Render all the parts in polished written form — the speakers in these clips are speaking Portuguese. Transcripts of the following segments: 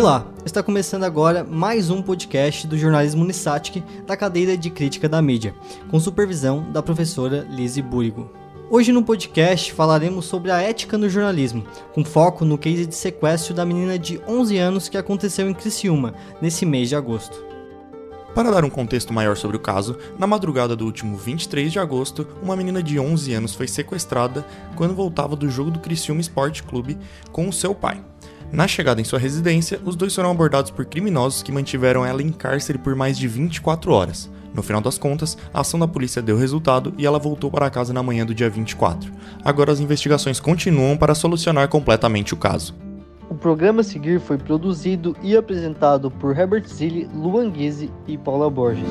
Olá, está começando agora mais um podcast do jornalismo Unisatic da cadeira de Crítica da Mídia, com supervisão da professora Lise Búrigo. Hoje no podcast falaremos sobre a ética no jornalismo, com foco no case de sequestro da menina de 11 anos que aconteceu em Criciúma, nesse mês de agosto. Para dar um contexto maior sobre o caso, na madrugada do último 23 de agosto, uma menina de 11 anos foi sequestrada quando voltava do jogo do Criciúma Esporte Clube com o seu pai. Na chegada em sua residência, os dois foram abordados por criminosos que mantiveram ela em cárcere por mais de 24 horas. No final das contas, a ação da polícia deu resultado e ela voltou para casa na manhã do dia 24. Agora as investigações continuam para solucionar completamente o caso. O programa a seguir foi produzido e apresentado por Herbert Zilli, Luan Guizzi e Paula Borges.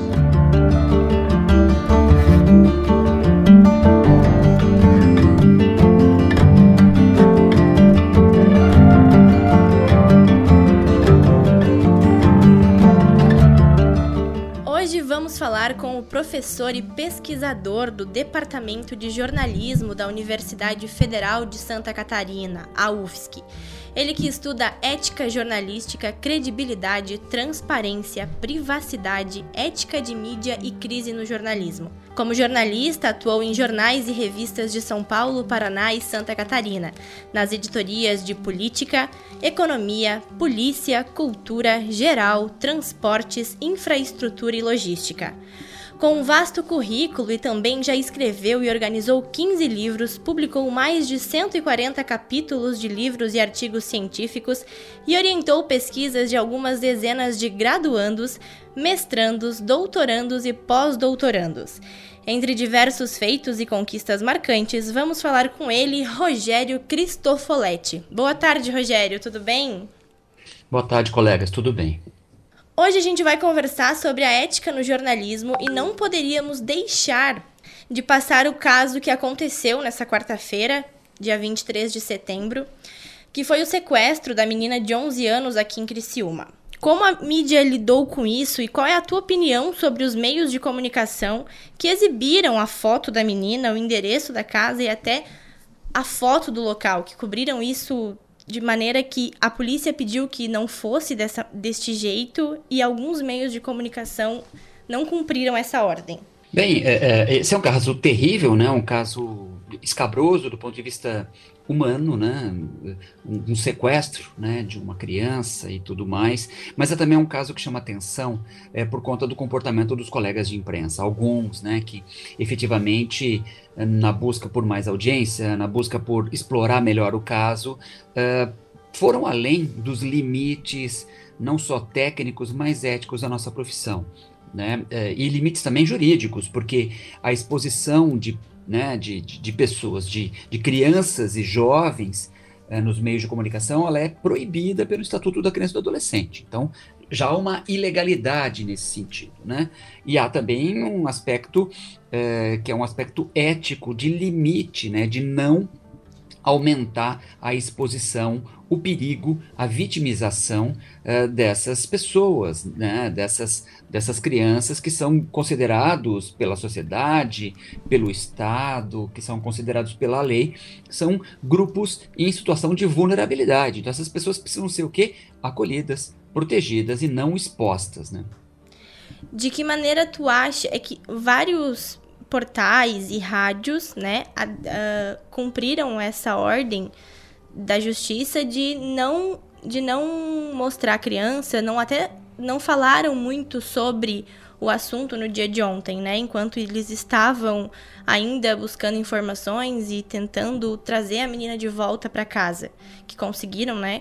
Hoje vamos falar com o professor e pesquisador do Departamento de Jornalismo da Universidade Federal de Santa Catarina, a UFSC. Ele que estuda ética jornalística, credibilidade, transparência, privacidade, ética de mídia e crise no jornalismo. Como jornalista, atuou em jornais e revistas de São Paulo, Paraná e Santa Catarina, nas editorias de política, economia, polícia, cultura, geral, transportes, infraestrutura e logística. Com um vasto currículo e também já escreveu e organizou 15 livros, publicou mais de 140 capítulos de livros e artigos científicos e orientou pesquisas de algumas dezenas de graduandos, mestrandos, doutorandos e pós-doutorandos. Entre diversos feitos e conquistas marcantes, vamos falar com ele, Rogério Cristofoletti. Boa tarde, Rogério, tudo bem? Boa tarde, colegas, tudo bem? Hoje a gente vai conversar sobre a ética no jornalismo e não poderíamos deixar de passar o caso que aconteceu nessa quarta-feira, dia 23 de setembro, que foi o sequestro da menina de 11 anos aqui em Criciúma. Como a mídia lidou com isso e qual é a tua opinião sobre os meios de comunicação que exibiram a foto da menina, o endereço da casa e até a foto do local, que cobriram isso de maneira que a polícia pediu que não fosse deste jeito e alguns meios de comunicação não cumpriram essa ordem? Bem, esse é um caso terrível, né? Um caso escabroso do ponto de vista humano, né? Um sequestro, né? De uma criança e tudo mais, mas é também um caso que chama atenção por conta do comportamento dos colegas de imprensa, alguns, né? Que efetivamente, na busca por mais audiência, na busca por explorar melhor o caso, foram além dos limites, não só técnicos, mas éticos da nossa profissão, né? E limites também jurídicos, porque a exposição de pessoas, de crianças e jovens nos meios de comunicação, ela é proibida pelo Estatuto da Criança e do Adolescente. Então, já há uma ilegalidade nesse sentido, né? E há também um aspecto que é um aspecto ético de limite, né? De não aumentar a exposição, o perigo, a vitimização dessas pessoas, né? Dessas crianças que são considerados pela sociedade, pelo Estado, que são considerados pela lei, são grupos em situação de vulnerabilidade. Então essas pessoas precisam ser o quê? Acolhidas, protegidas e não expostas, né? De que maneira tu acha que vários portais e rádios, né, cumpriram essa ordem da justiça de não mostrar a criança, não falaram muito sobre o assunto no dia de ontem, né, enquanto eles estavam ainda buscando informações e tentando trazer a menina de volta para casa, que conseguiram, né?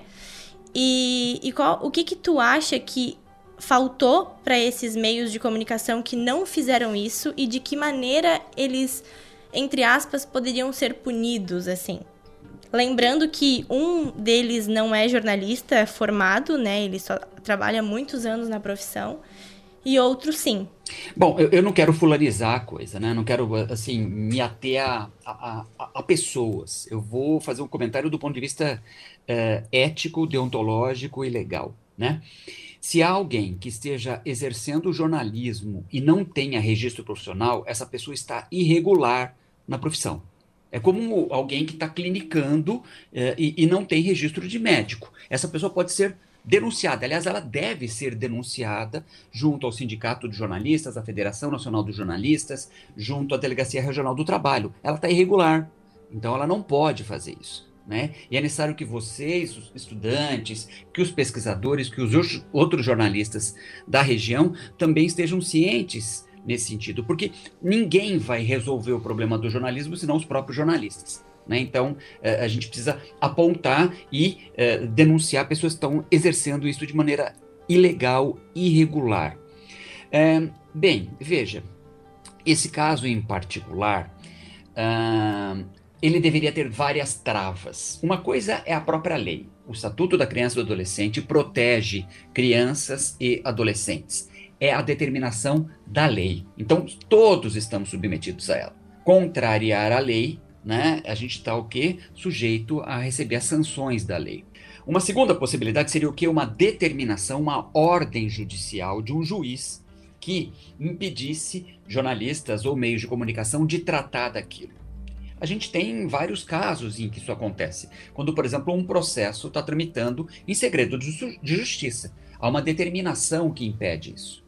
E o que tu acha que faltou para esses meios de comunicação que não fizeram isso e de que maneira eles, entre aspas, poderiam ser punidos, assim? Lembrando que um deles não é jornalista formado, né? Ele só trabalha muitos anos na profissão, e outro sim. Bom, eu não quero fularizar a coisa, né? Não quero, assim, me ater a pessoas. Eu vou fazer um comentário do ponto de vista ético, deontológico e legal, né? Se há alguém que esteja exercendo o jornalismo e não tenha registro profissional, essa pessoa está irregular na profissão. É como alguém que está clinicando e não tem registro de médico. Essa pessoa pode ser denunciada. Aliás, ela deve ser denunciada junto ao Sindicato de Jornalistas, à Federação Nacional dos Jornalistas, junto à Delegacia Regional do Trabalho. Ela está irregular, então ela não pode fazer isso. Né? E é necessário que vocês, os estudantes, que os pesquisadores, que os outros jornalistas da região também estejam cientes nesse sentido, porque ninguém vai resolver o problema do jornalismo senão os próprios jornalistas. Né? Então, a gente precisa apontar e denunciar pessoas que estão exercendo isso de maneira ilegal, irregular. Bem, veja, esse caso em particular, ele deveria ter várias travas. Uma coisa é a própria lei. O Estatuto da Criança e do Adolescente protege crianças e adolescentes. É a determinação da lei. Então, todos estamos submetidos a ela. Contrariar a lei, né, a gente está o quê? Sujeito a receber as sanções da lei. Uma segunda possibilidade seria o quê? Uma determinação, uma ordem judicial de um juiz que impedisse jornalistas ou meios de comunicação de tratar daquilo. A gente tem vários casos em que isso acontece. Quando, por exemplo, um processo está tramitando em segredo de justiça. Há uma determinação que impede isso.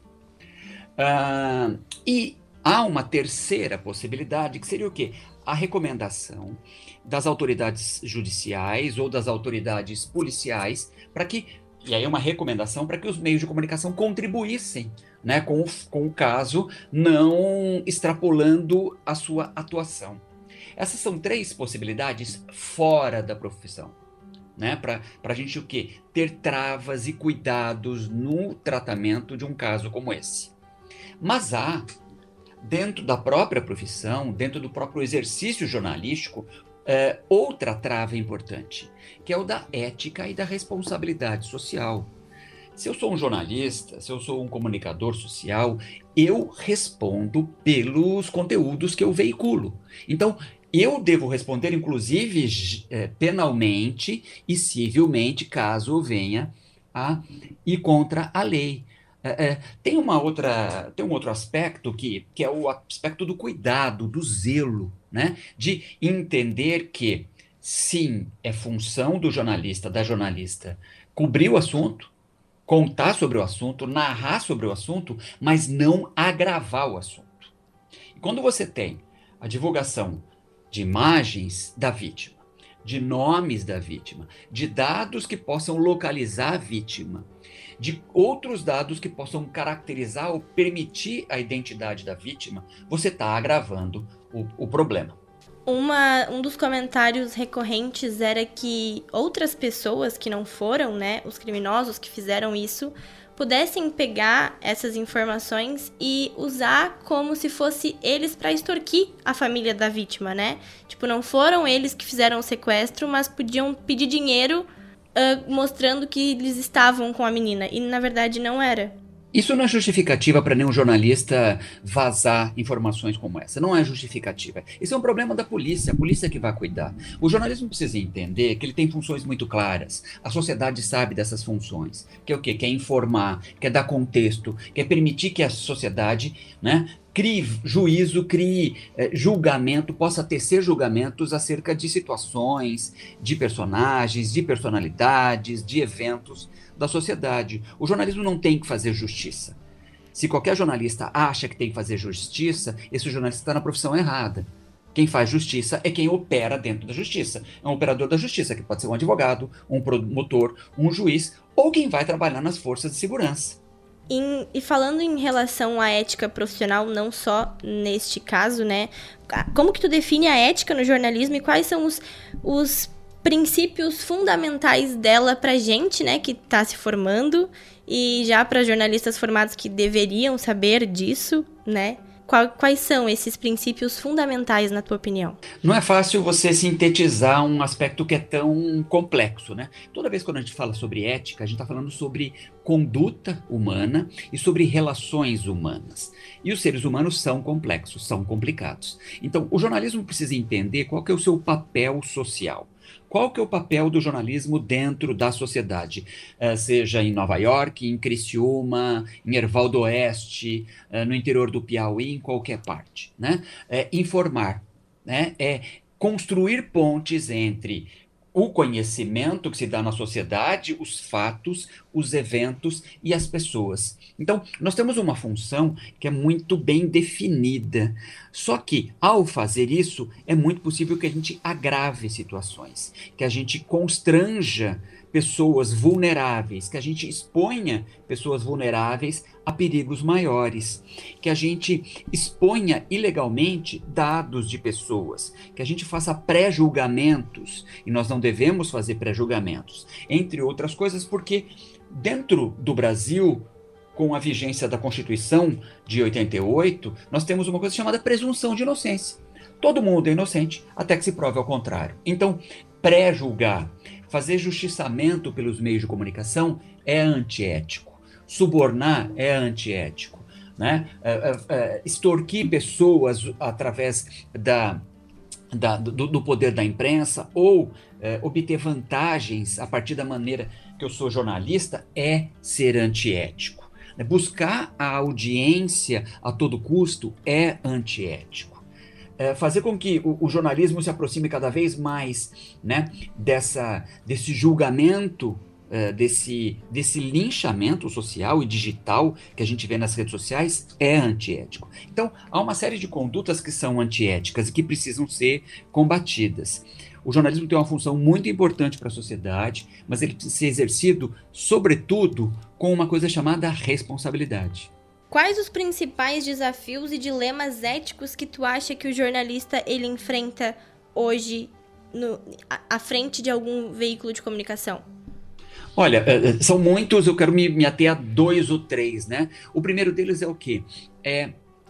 E há uma terceira possibilidade, que seria o quê? A recomendação das autoridades judiciais ou das autoridades policiais para que, e aí uma recomendação para que os meios de comunicação contribuíssem, né, com o caso, não extrapolando a sua atuação. Essas são 3 possibilidades fora da profissão, né? Para a gente o quê? Ter travas e cuidados no tratamento de um caso como esse. Mas há, dentro da própria profissão, dentro do próprio exercício jornalístico, outra trava importante, que é o da ética e da responsabilidade social. Se eu sou um jornalista, se eu sou um comunicador social, eu respondo pelos conteúdos que eu veiculo. Então, eu devo responder, inclusive, penalmente e civilmente, caso venha a ir contra a lei. Tem um outro aspecto que é o aspecto do cuidado, do zelo, né? De entender que, sim, é função do jornalista, da jornalista, cobrir o assunto, contar sobre o assunto, narrar sobre o assunto, mas não agravar o assunto. E quando você tem a divulgação de imagens da vítima, de nomes da vítima, de dados que possam localizar a vítima, de outros dados que possam caracterizar ou permitir a identidade da vítima, você está agravando o problema. Um dos comentários recorrentes era que outras pessoas que não foram, né, os criminosos que fizeram isso, pudessem pegar essas informações e usar como se fosse eles para extorquir a família da vítima, né? Tipo, não foram eles que fizeram o sequestro, mas podiam pedir dinheiro mostrando que eles estavam com a menina. E, na verdade, não era. Isso não é justificativa para nenhum jornalista vazar informações como essa. Não é justificativa. Isso é um problema da polícia, a polícia que vai cuidar. O jornalismo precisa entender que ele tem funções muito claras. A sociedade sabe dessas funções. Que é o quê? Quer informar, quer dar contexto, quer permitir que a sociedade, né, crie juízo, crie julgamento, possa tecer julgamentos acerca de situações, de personagens, de personalidades, de eventos da sociedade. O jornalismo não tem que fazer justiça. Se qualquer jornalista acha que tem que fazer justiça, esse jornalista está na profissão errada. Quem faz justiça é quem opera dentro da justiça. É um operador da justiça, que pode ser um advogado, um promotor, um juiz, ou quem vai trabalhar nas forças de segurança. E falando em relação à ética profissional, não só neste caso, né? Como que tu define a ética no jornalismo e quais são os princípios fundamentais dela pra gente, né, que tá se formando, e já para jornalistas formados que deveriam saber disso, né? Quais são esses princípios fundamentais, na tua opinião? Não é fácil você sintetizar um aspecto que é tão complexo, né? Toda vez que a gente fala sobre ética, a gente está falando sobre conduta humana e sobre relações humanas. E os seres humanos são complexos, são complicados. Então, o jornalismo precisa entender qual que é o seu papel social. Qual que é o papel do jornalismo dentro da sociedade? Seja em Nova York, em Criciúma, em Erval do Oeste, no interior do Piauí, em qualquer parte, né? Informar, né? Construir pontes entre o conhecimento que se dá na sociedade, os fatos, os eventos e as pessoas. Então, nós temos uma função que é muito bem definida. Só que, ao fazer isso, é muito possível que a gente agrave situações, que a gente constranja pessoas vulneráveis, que a gente exponha pessoas vulneráveis a perigos maiores, que a gente exponha ilegalmente dados de pessoas, que a gente faça pré-julgamentos, e nós não devemos fazer pré-julgamentos, entre outras coisas, porque dentro do Brasil, com a vigência da Constituição de 88, nós temos uma coisa chamada presunção de inocência. Todo mundo é inocente até que se prove ao contrário. Então, pré-julgar, fazer justiçamento pelos meios de comunicação é antiético. Subornar é antiético, né? Extorquir pessoas através do poder da imprensa ou obter vantagens a partir da maneira que eu sou jornalista é ser antiético. Buscar a audiência a todo custo é antiético. Fazer com que o jornalismo se aproxime cada vez mais, né, desse julgamento, desse linchamento social e digital que a gente vê nas redes sociais é antiético. Então, há uma série de condutas que são antiéticas e que precisam ser combatidas. O jornalismo tem uma função muito importante para a sociedade, mas ele precisa ser exercido, sobretudo, com uma coisa chamada responsabilidade. Quais os principais desafios e dilemas éticos que tu acha que o jornalista ele enfrenta hoje à frente de algum veículo de comunicação? Olha, são muitos, eu quero me ater a 2 ou 3, né? O primeiro deles é o quê? É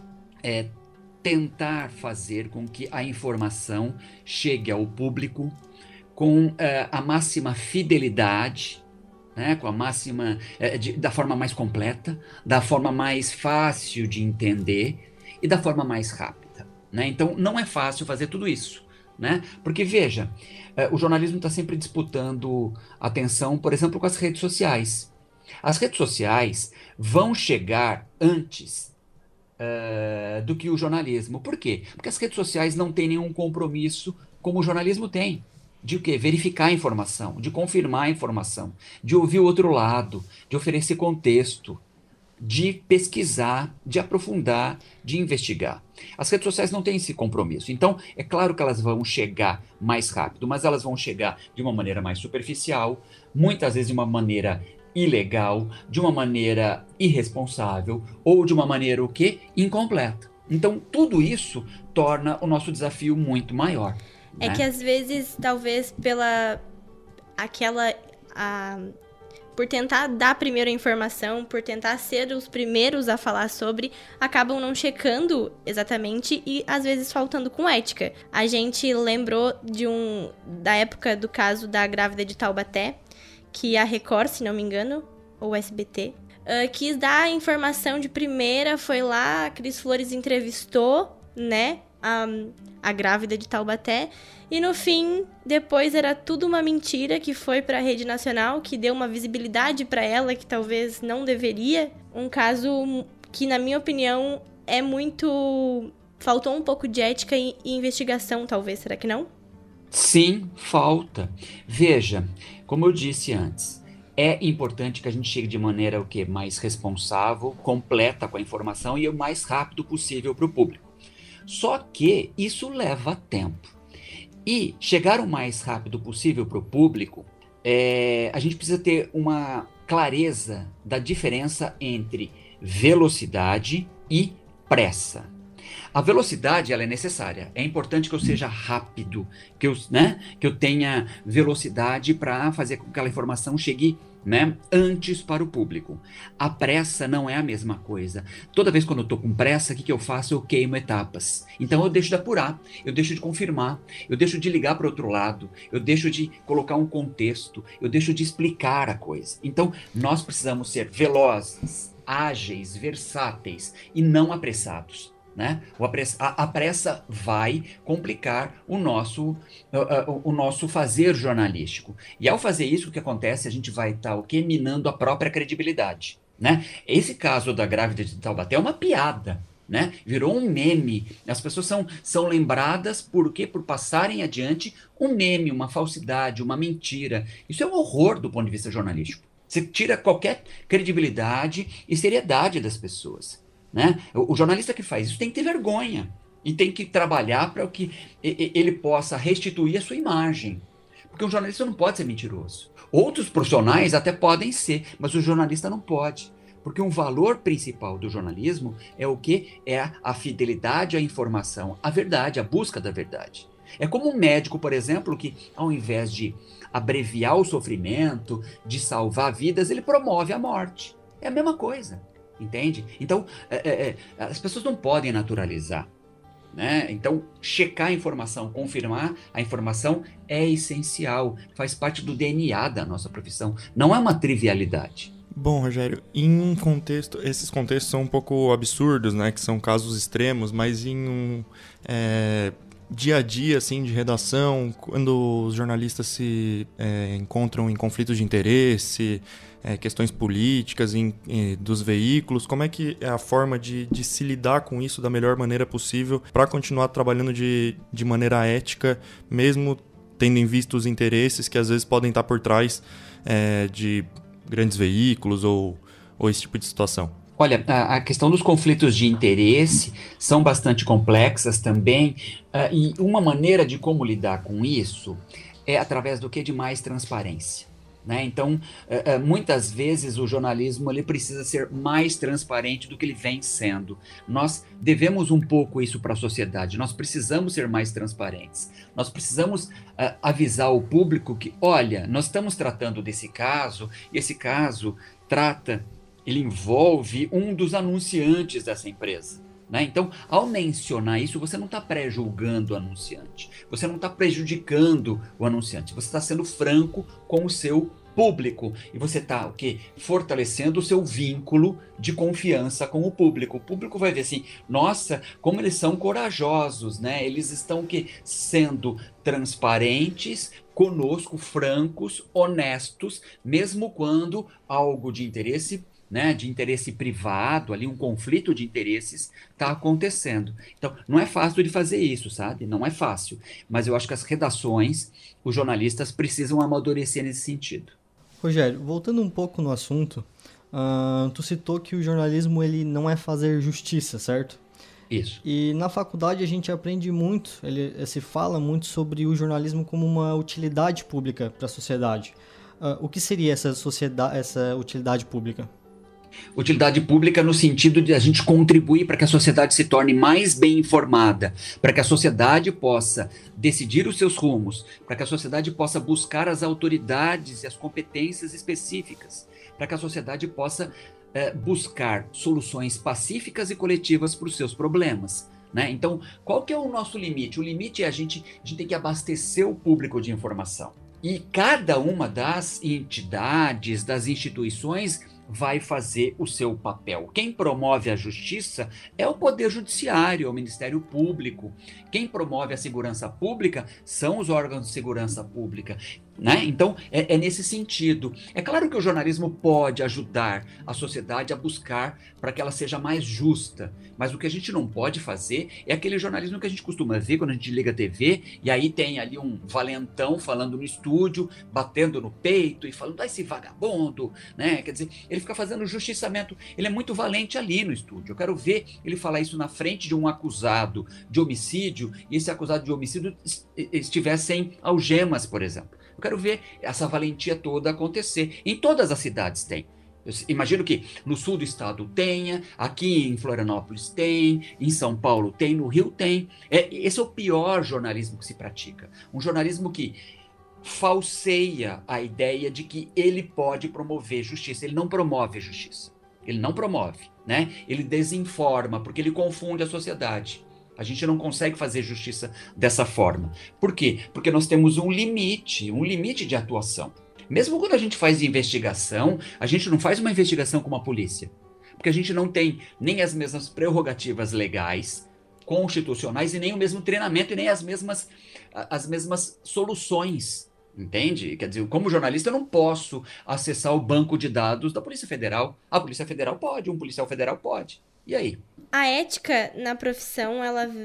tentar fazer com que a informação chegue ao público com a máxima fidelidade, né, com a máxima, da forma mais completa, da forma mais fácil de entender e da forma mais rápida, né? Então, não é fácil fazer tudo isso, né? Porque, veja, o jornalismo está sempre disputando atenção, por exemplo, com as redes sociais. As redes sociais vão chegar antes do que o jornalismo. Por quê? Porque as redes sociais não têm nenhum compromisso como o jornalismo tem. De o quê? Verificar a informação, de confirmar a informação, de ouvir o outro lado, de oferecer contexto, de pesquisar, de aprofundar, de investigar. As redes sociais não têm esse compromisso. Então, é claro que elas vão chegar mais rápido, mas elas vão chegar de uma maneira mais superficial, muitas vezes de uma maneira ilegal, de uma maneira irresponsável ou de uma maneira o quê? Incompleta. Então, tudo isso torna o nosso desafio muito maior. É que às vezes, talvez por tentar dar primeiro a informação, por tentar ser os primeiros a falar sobre, acabam não checando exatamente e às vezes faltando com ética. A gente lembrou da época do caso da grávida de Taubaté, que a Record, se não me engano, ou o SBT, quis dar a informação de primeira, foi lá, a Cris Flores entrevistou, né, a grávida de Taubaté, e no fim, depois era tudo uma mentira que foi para a rede nacional, que deu uma visibilidade para ela que talvez não deveria. Um caso que, na minha opinião, faltou um pouco de ética e investigação, talvez, será que não? Sim, falta. Veja, como eu disse antes, é importante que a gente chegue de maneira o quê? Mais responsável, completa com a informação e o mais rápido possível para o público. Só que isso leva tempo. E chegar o mais rápido possível para o público, a gente precisa ter uma clareza da diferença entre velocidade e pressa. A velocidade ela é necessária. É importante que eu seja rápido, que eu tenha velocidade para fazer com que aquela informação chegue, né, antes para o público. A pressa não é a mesma coisa. Toda vez quando eu estou com pressa, o que eu faço? Eu queimo etapas. Então eu deixo de apurar, eu deixo de confirmar, eu deixo de ligar para o outro lado, eu deixo de colocar um contexto, eu deixo de explicar a coisa. Então nós precisamos ser velozes, ágeis, versáteis e não apressados. Né? A pressa vai complicar o nosso fazer jornalístico. E ao fazer isso, o que acontece? A gente vai estar minando a própria credibilidade. Né? Esse caso da grávida de Taubaté é uma piada. né? Virou um meme. As pessoas são lembradas por quê? Por passarem adiante um meme, uma falsidade, uma mentira. Isso é um horror do ponto de vista jornalístico. Você tira qualquer credibilidade e seriedade das pessoas, né? O jornalista que faz isso tem que ter vergonha e tem que trabalhar para que ele possa restituir a sua imagem. Porque um jornalista não pode ser mentiroso. Outros profissionais até podem ser, mas o jornalista não pode. Porque um valor principal do jornalismo é o quê? É a fidelidade à informação, a verdade, a busca da verdade. É como um médico, por exemplo, que ao invés de abreviar o sofrimento, de salvar vidas, ele promove a morte. É a mesma coisa, entende? Então, as pessoas não podem naturalizar, né? Então, checar a informação, confirmar a informação é essencial, faz parte do DNA da nossa profissão, não é uma trivialidade. Bom, Rogério, em um contexto, esses contextos são um pouco absurdos, né? Que são casos extremos, mas em um dia a dia, assim, de redação, quando os jornalistas se encontram em conflitos de interesse, questões políticas dos veículos, como é que é a forma de se lidar com isso da melhor maneira possível para continuar trabalhando de maneira ética, mesmo tendo em vista os interesses que às vezes podem estar por trás de grandes veículos ou esse tipo de situação? Olha, a questão dos conflitos de interesse são bastante complexas também, e uma maneira de como lidar com isso é através do que? De mais transparência, né? Então, muitas vezes o jornalismo ele precisa ser mais transparente do que ele vem sendo. Nós devemos um pouco isso para a sociedade, nós precisamos ser mais transparentes. Nós precisamos avisar o público que, olha, nós estamos tratando desse caso, e esse caso ele envolve um dos anunciantes dessa empresa, né? Então, ao mencionar isso, você não está pré-julgando o anunciante, você não está prejudicando o anunciante, você está sendo franco com o seu público, e você está fortalecendo o seu vínculo de confiança com o público. O público vai ver assim, nossa, como eles são corajosos, né? Eles estão sendo transparentes conosco, francos, honestos, mesmo quando algo de interesse, né, de interesse privado, ali um conflito de interesses está acontecendo. Então, não é fácil de fazer isso, sabe? Não é fácil. Mas eu acho que as redações, os jornalistas precisam amadurecer nesse sentido. Rogério, voltando um pouco no assunto, tu citou que o jornalismo ele não é fazer justiça, certo? Isso. E na faculdade a gente aprende muito, se fala muito sobre o jornalismo como uma utilidade pública para a sociedade. O que seria essa utilidade pública? Utilidade pública no sentido de a gente contribuir para que a sociedade se torne mais bem informada, para que a sociedade possa decidir os seus rumos, para que a sociedade possa buscar as autoridades e as competências específicas, para que a sociedade possa buscar soluções pacíficas e coletivas para os seus problemas, né? Então, qual que é o nosso limite? O limite é a gente tem que abastecer o público de informação. E cada uma das entidades, das instituições, vai fazer o seu papel. Quem promove a justiça é o Poder Judiciário, é o Ministério Público. Quem promove a segurança pública são os órgãos de segurança pública, né? Então, é nesse sentido. É claro que o jornalismo pode ajudar a sociedade a buscar para que ela seja mais justa, mas o que a gente não pode fazer é aquele jornalismo que a gente costuma ver quando a gente liga a TV, e aí tem ali um valentão falando no estúdio, batendo no peito e falando, esse vagabundo, né? Quer dizer, ele fica fazendo justiçamento, ele é muito valente ali no estúdio. Eu quero ver ele falar isso na frente de um acusado de homicídio, e esse acusado de homicídio estiver sem algemas, por exemplo. Eu quero ver essa valentia toda acontecer. Em todas as cidades tem. Eu imagino que no sul do estado tenha, aqui em Florianópolis tem, em São Paulo tem, no Rio tem. Esse é o pior jornalismo que se pratica. Um jornalismo que falseia a ideia de que ele pode promover justiça. Ele não promove a justiça. Ele não promove, né? Ele desinforma, porque ele confunde a sociedade. A gente não consegue fazer justiça dessa forma. Por quê? Porque nós temos um limite de atuação. Mesmo quando a gente faz investigação, a gente não faz uma investigação com uma polícia. Porque a gente não tem nem as mesmas prerrogativas legais, constitucionais, e nem o mesmo treinamento, e nem as mesmas soluções. Entende? Quer dizer, como jornalista, eu não posso acessar o banco de dados da Polícia Federal. A Polícia Federal pode, um policial federal pode. E aí? A ética na profissão,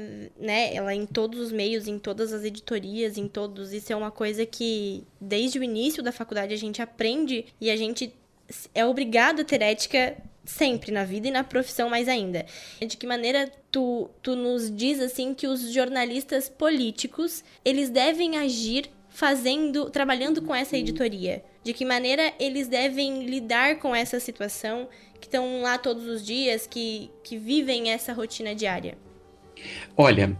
ela em todos os meios, em todas as editorias, em todos, isso é uma coisa que desde o início da faculdade a gente aprende e a gente é obrigado a ter ética sempre, na vida e na profissão mais ainda. De que maneira tu nos diz, assim, que os jornalistas políticos, eles devem agir trabalhando com essa editoria? De que maneira eles devem lidar com essa situação, que estão lá todos os dias, que vivem essa rotina diária? Olha,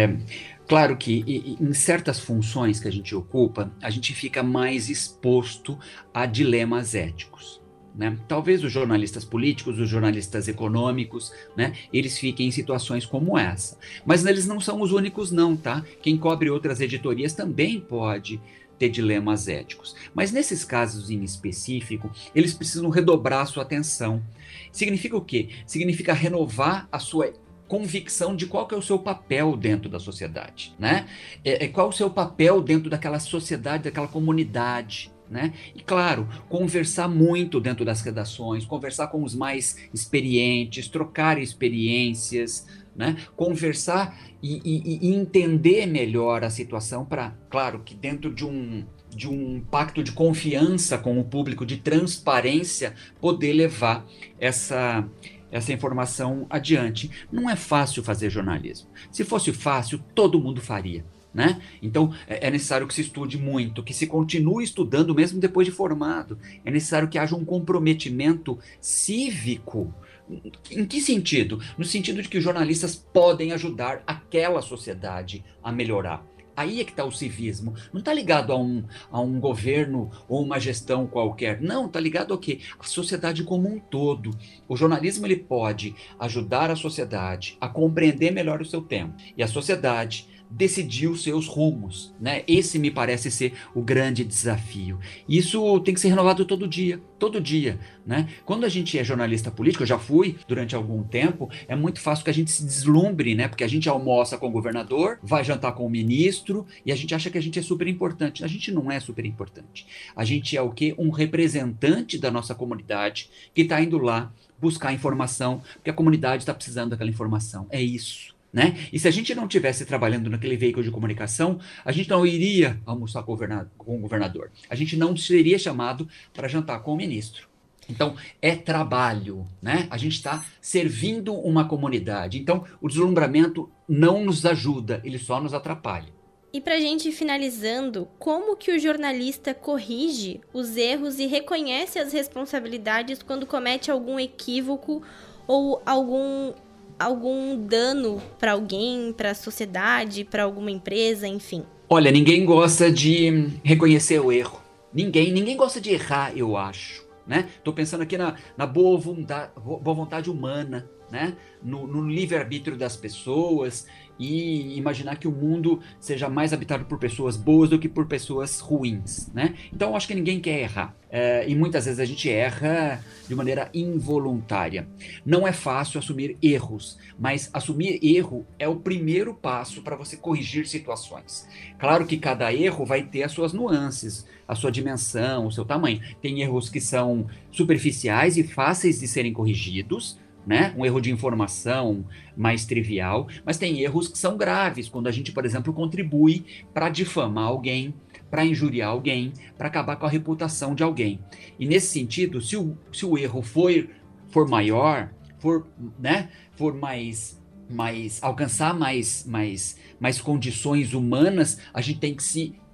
claro que em certas funções que a gente ocupa, a gente fica mais exposto a dilemas éticos, né? Talvez os jornalistas políticos, os jornalistas econômicos, né, eles fiquem em situações como essa. Mas eles não são os únicos não, tá? Quem cobre outras editorias também pode ter dilemas éticos. Mas nesses casos em específico, eles precisam redobrar a sua atenção. Significa o quê? Significa renovar a sua convicção de qual que é o seu papel dentro da sociedade, né? Qual o seu papel dentro daquela sociedade, daquela comunidade, né? E claro, conversar muito dentro das redações, conversar com os mais experientes, trocar experiências, né? Conversar e entender melhor a situação para, claro, que dentro de um pacto de confiança com o público, de transparência, poder levar essa informação adiante. Não é fácil fazer jornalismo. Se fosse fácil, todo mundo faria, né? Então, é necessário que se estude muito, que se continue estudando mesmo depois de formado. É necessário que haja um comprometimento cívico. Em que sentido? No sentido de que os jornalistas podem ajudar aquela sociedade a melhorar. Aí é que está o civismo. Não está ligado a um governo ou uma gestão qualquer. Não, está ligado ao quê? A sociedade como um todo. O jornalismo ele pode ajudar a sociedade a compreender melhor o seu tempo. E a sociedade decidir os seus rumos, né? Esse me parece ser o grande desafio. Isso tem que ser renovado todo dia, né? Quando a gente é jornalista político, eu já fui durante algum tempo, é muito fácil que a gente se deslumbre, né? Porque a gente almoça com o governador, vai jantar com o ministro e a gente acha que a gente é super importante. A gente não é super importante. A gente é o quê? Um representante da nossa comunidade que está indo lá buscar informação, porque a comunidade está precisando daquela informação. É isso. Né? E se a gente não estivesse trabalhando naquele veículo de comunicação, a gente não iria almoçar com o governador. A gente não seria chamado para jantar com o ministro. Então, é trabalho, né? A gente está servindo uma comunidade. Então, o deslumbramento não nos ajuda, ele só nos atrapalha. E para a gente ir finalizando, como que o jornalista corrige os erros e reconhece as responsabilidades quando comete algum equívoco ou algum dano para alguém, para a sociedade, para alguma empresa, enfim? Olha, ninguém gosta de reconhecer o erro. Ninguém gosta de errar, eu acho, né? Tô pensando aqui na boa vontade humana, né? No livre-arbítrio das pessoas e imaginar que o mundo seja mais habitado por pessoas boas do que por pessoas ruins, né? Então, eu acho que ninguém quer errar. E muitas vezes a gente erra de maneira involuntária. Não é fácil assumir erros, mas assumir erro é o primeiro passo para você corrigir situações. Claro que cada erro vai ter as suas nuances, a sua dimensão, o seu tamanho. Tem erros que são superficiais e fáceis de serem corrigidos, né? Um erro de informação mais trivial, mas tem erros que são graves, quando a gente, por exemplo, contribui para difamar alguém, para injuriar alguém, para acabar com a reputação de alguém. E nesse sentido, se o erro for maior, for mais alcançar mais condições humanas, a gente tem que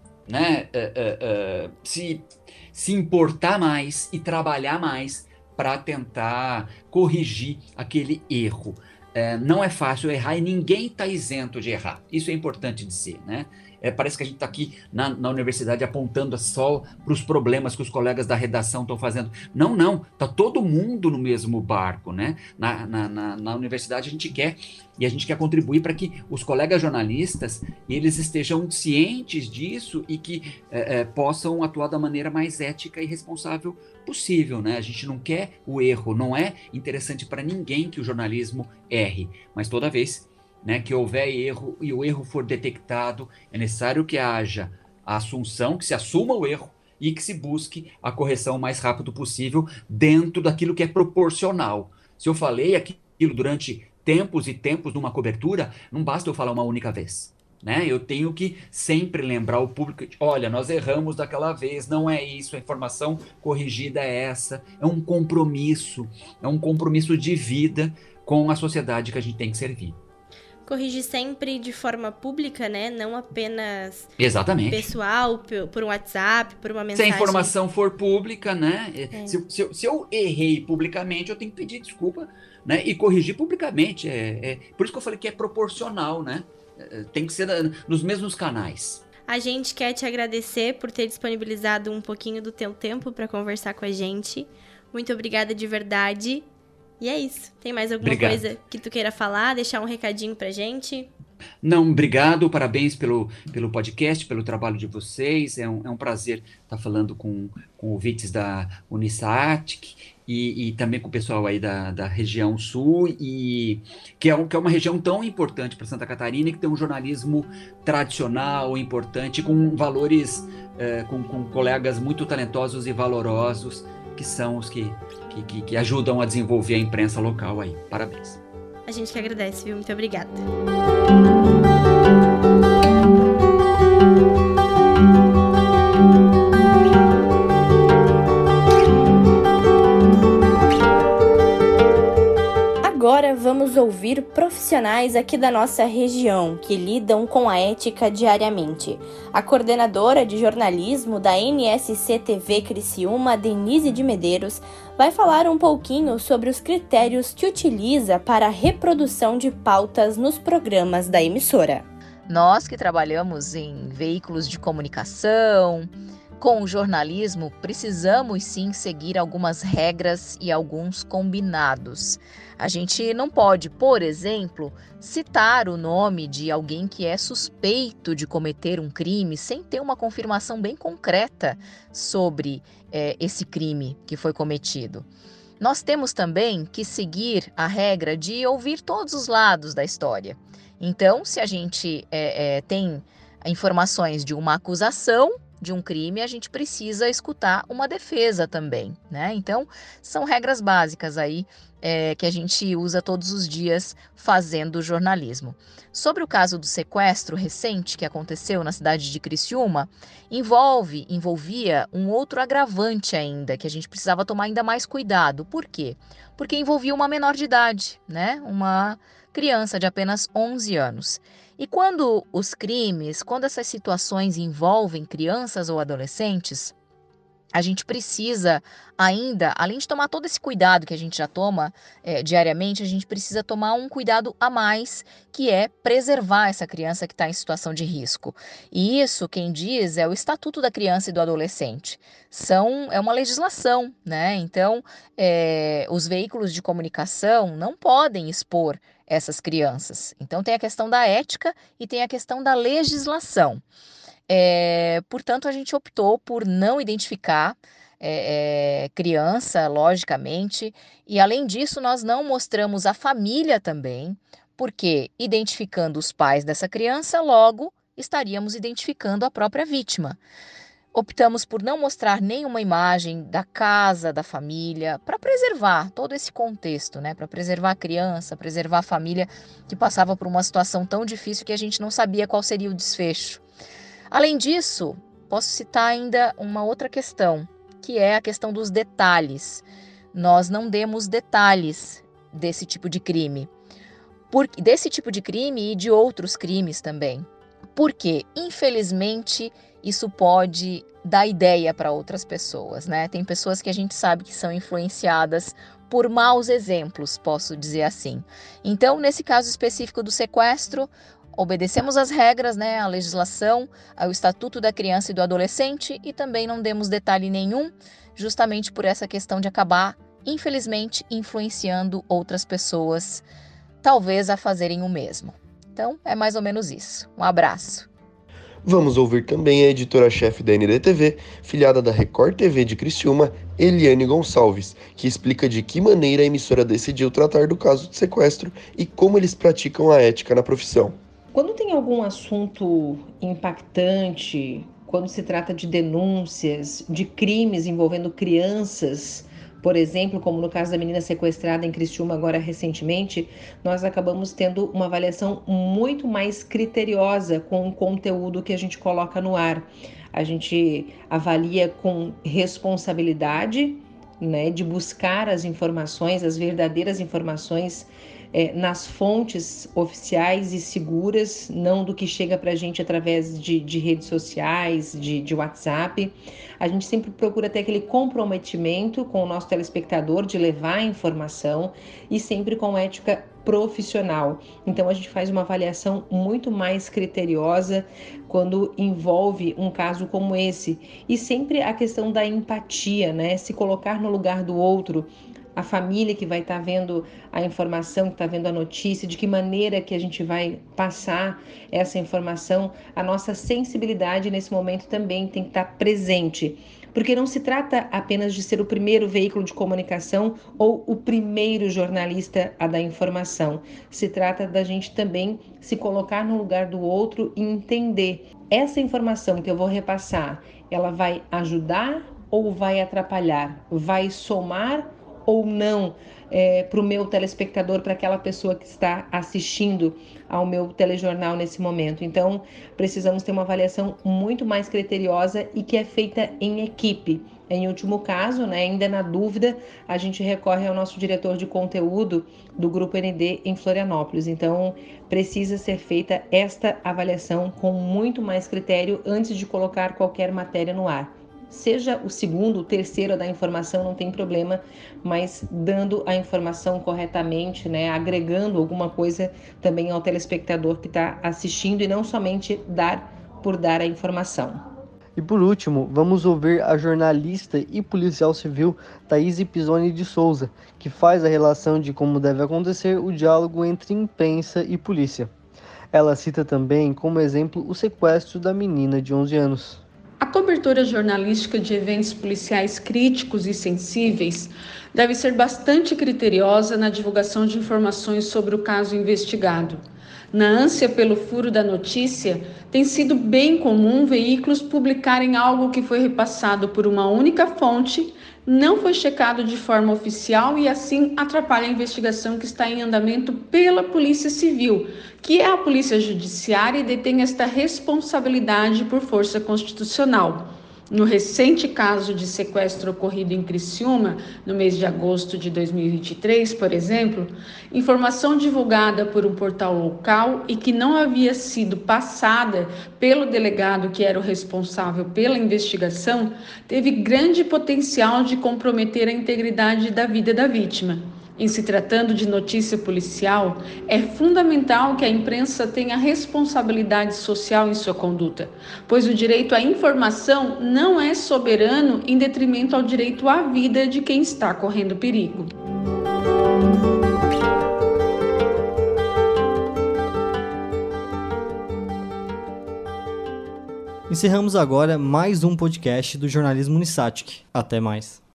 se importar mais e trabalhar mais para tentar corrigir aquele erro. Não é fácil errar e ninguém está isento de errar. Isso é importante dizer, né? Parece que a gente está aqui na universidade apontando só para os problemas que os colegas da redação estão fazendo. Não, está todo mundo no mesmo barco, né? Na universidade a gente quer contribuir para que os colegas jornalistas eles estejam cientes disso e que possam atuar da maneira mais ética e responsável possível, né? A gente não quer o erro, não é interessante para ninguém que o jornalismo erre, mas toda vez, né, que houver erro e o erro for detectado, é necessário que haja a assunção, que se assuma o erro e que se busque a correção o mais rápido possível dentro daquilo que é proporcional. Se eu falei, aquilo durante tempos e tempos numa cobertura, não basta eu falar uma única vez. Né? Eu tenho que sempre lembrar o público, olha, nós erramos daquela vez, não é isso, a informação corrigida é essa, é um compromisso de vida com a sociedade que a gente tem que servir. Corrigir sempre de forma pública, né? Não apenas Exatamente. Pessoal, por um WhatsApp, por uma mensagem. Se a informação for pública, né? Se eu errei publicamente, eu tenho que pedir desculpa, né? E corrigir publicamente. Por isso que eu falei que é proporcional, né? Tem que ser nos mesmos canais. A gente quer te agradecer por ter disponibilizado um pouquinho do teu tempo para conversar com a gente. Muito obrigada de verdade. E é isso. Tem mais alguma coisa que tu queira falar? Deixar um recadinho pra gente? Não, obrigado. Parabéns pelo podcast, pelo trabalho de vocês. É um prazer estar falando com ouvintes da Unisatic e também com o pessoal aí da região sul, e que é uma região tão importante para Santa Catarina, que tem um jornalismo tradicional, importante, com valores, com colegas muito talentosos e valorosos, que são os que ajudam a desenvolver a imprensa local aí. Parabéns. A gente que agradece, viu? Muito obrigada. Agora vamos ouvir profissionais aqui da nossa região que lidam com a ética diariamente. A coordenadora de jornalismo da NSC TV Criciúma, Denise de Medeiros, vai falar um pouquinho sobre os critérios que utiliza para a reprodução de pautas nos programas da emissora. Nós que trabalhamos em veículos de comunicação, com o jornalismo, precisamos sim seguir algumas regras e alguns combinados. A gente não pode, por exemplo, citar o nome de alguém que é suspeito de cometer um crime sem ter uma confirmação bem concreta sobre esse crime que foi cometido. Nós temos também que seguir a regra de ouvir todos os lados da história. Então, se a gente tem informações de uma acusação de um crime, a gente precisa escutar uma defesa também, né? Então, são regras básicas aí que a gente usa todos os dias fazendo jornalismo. Sobre o caso do sequestro recente que aconteceu na cidade de Criciúma, envolvia um outro agravante ainda, que a gente precisava tomar ainda mais cuidado. Por quê? Porque envolvia uma menor de idade, né? Uma criança de apenas 11 anos. E quando essas situações envolvem crianças ou adolescentes, a gente precisa ainda, além de tomar todo esse cuidado que a gente já toma diariamente, a gente precisa tomar um cuidado a mais, que é preservar essa criança que está em situação de risco. E isso, quem diz, é o Estatuto da Criança e do Adolescente. É uma legislação, né? Então, os veículos de comunicação não podem expor essas crianças. Então, tem a questão da ética e tem a questão da legislação. Portanto, a gente optou por não identificar criança, logicamente, e além disso, nós não mostramos a família também, porque identificando os pais dessa criança, logo estaríamos identificando a própria vítima. Optamos por não mostrar nenhuma imagem da casa, da família, para preservar todo esse contexto, né? Para preservar a criança, preservar a família que passava por uma situação tão difícil que a gente não sabia qual seria o desfecho. Além disso, posso citar ainda uma outra questão, que é a questão dos detalhes. Nós não demos detalhes desse tipo de crime. Desse tipo de crime e de outros crimes também. Porque, infelizmente, isso pode dar ideia para outras pessoas, né? Tem pessoas que a gente sabe que são influenciadas por maus exemplos, posso dizer assim. Então, nesse caso específico do sequestro, obedecemos às regras, né, à legislação, ao Estatuto da Criança e do Adolescente e também não demos detalhe nenhum, justamente por essa questão de acabar, infelizmente, influenciando outras pessoas, talvez a fazerem o mesmo. Então, é mais ou menos isso. Um abraço. Vamos ouvir também a editora-chefe da NDTV, filiada da Record TV de Criciúma, Eliane Gonçalves, que explica de que maneira a emissora decidiu tratar do caso de sequestro e como eles praticam a ética na profissão. Quando tem algum assunto impactante, quando se trata de denúncias, de crimes envolvendo crianças, Por exemplo, como no caso da menina sequestrada em Criciúma agora recentemente, nós acabamos tendo uma avaliação muito mais criteriosa com o conteúdo que a gente coloca no ar. A gente avalia com responsabilidade, né, de buscar as informações, as verdadeiras informações nas fontes oficiais e seguras, não do que chega para a gente através de redes sociais, de WhatsApp. A gente sempre procura ter aquele comprometimento com o nosso telespectador de levar a informação e sempre com ética profissional. Então a gente faz uma avaliação muito mais criteriosa quando envolve um caso como esse. E sempre a questão da empatia, né? Se colocar no lugar do outro, a família que vai estar vendo a informação, que está vendo a notícia, de que maneira que a gente vai passar essa informação, a nossa sensibilidade nesse momento também tem que estar presente. Porque não se trata apenas de ser o primeiro veículo de comunicação ou o primeiro jornalista a dar informação. Se trata da gente também se colocar no lugar do outro e entender essa informação que eu vou repassar, ela vai ajudar ou vai atrapalhar? Vai somar ou não para o meu telespectador, para aquela pessoa que está assistindo ao meu telejornal nesse momento. Então, precisamos ter uma avaliação muito mais criteriosa e que é feita em equipe. Em último caso, né, ainda na dúvida, a gente recorre ao nosso diretor de conteúdo do Grupo ND em Florianópolis. Então, precisa ser feita esta avaliação com muito mais critério antes de colocar qualquer matéria no ar. Seja o segundo, o terceiro a dar informação, não tem problema, mas dando a informação corretamente, né, agregando alguma coisa também ao telespectador que está assistindo e não somente dar por dar a informação. E por último, vamos ouvir a jornalista e policial civil Thaís Pisoni de Souza, que faz a relação de como deve acontecer o diálogo entre imprensa e polícia. Ela cita também como exemplo o sequestro da menina de 11 anos. A cobertura jornalística de eventos policiais críticos e sensíveis deve ser bastante criteriosa na divulgação de informações sobre o caso investigado. Na ânsia pelo furo da notícia, tem sido bem comum veículos publicarem algo que foi repassado por uma única fonte, não foi checado de forma oficial e assim atrapalha a investigação que está em andamento pela Polícia Civil, que é a Polícia Judiciária e detém esta responsabilidade por força constitucional. No recente caso de sequestro ocorrido em Criciúma, no mês de agosto de 2023, por exemplo, informação divulgada por um portal local e que não havia sido passada pelo delegado que era o responsável pela investigação, teve grande potencial de comprometer a integridade da vida da vítima. Em se tratando de notícia policial, é fundamental que a imprensa tenha responsabilidade social em sua conduta, pois o direito à informação não é soberano em detrimento ao direito à vida de quem está correndo perigo. Encerramos agora mais um podcast do Jornalismo Unisatic. Até mais.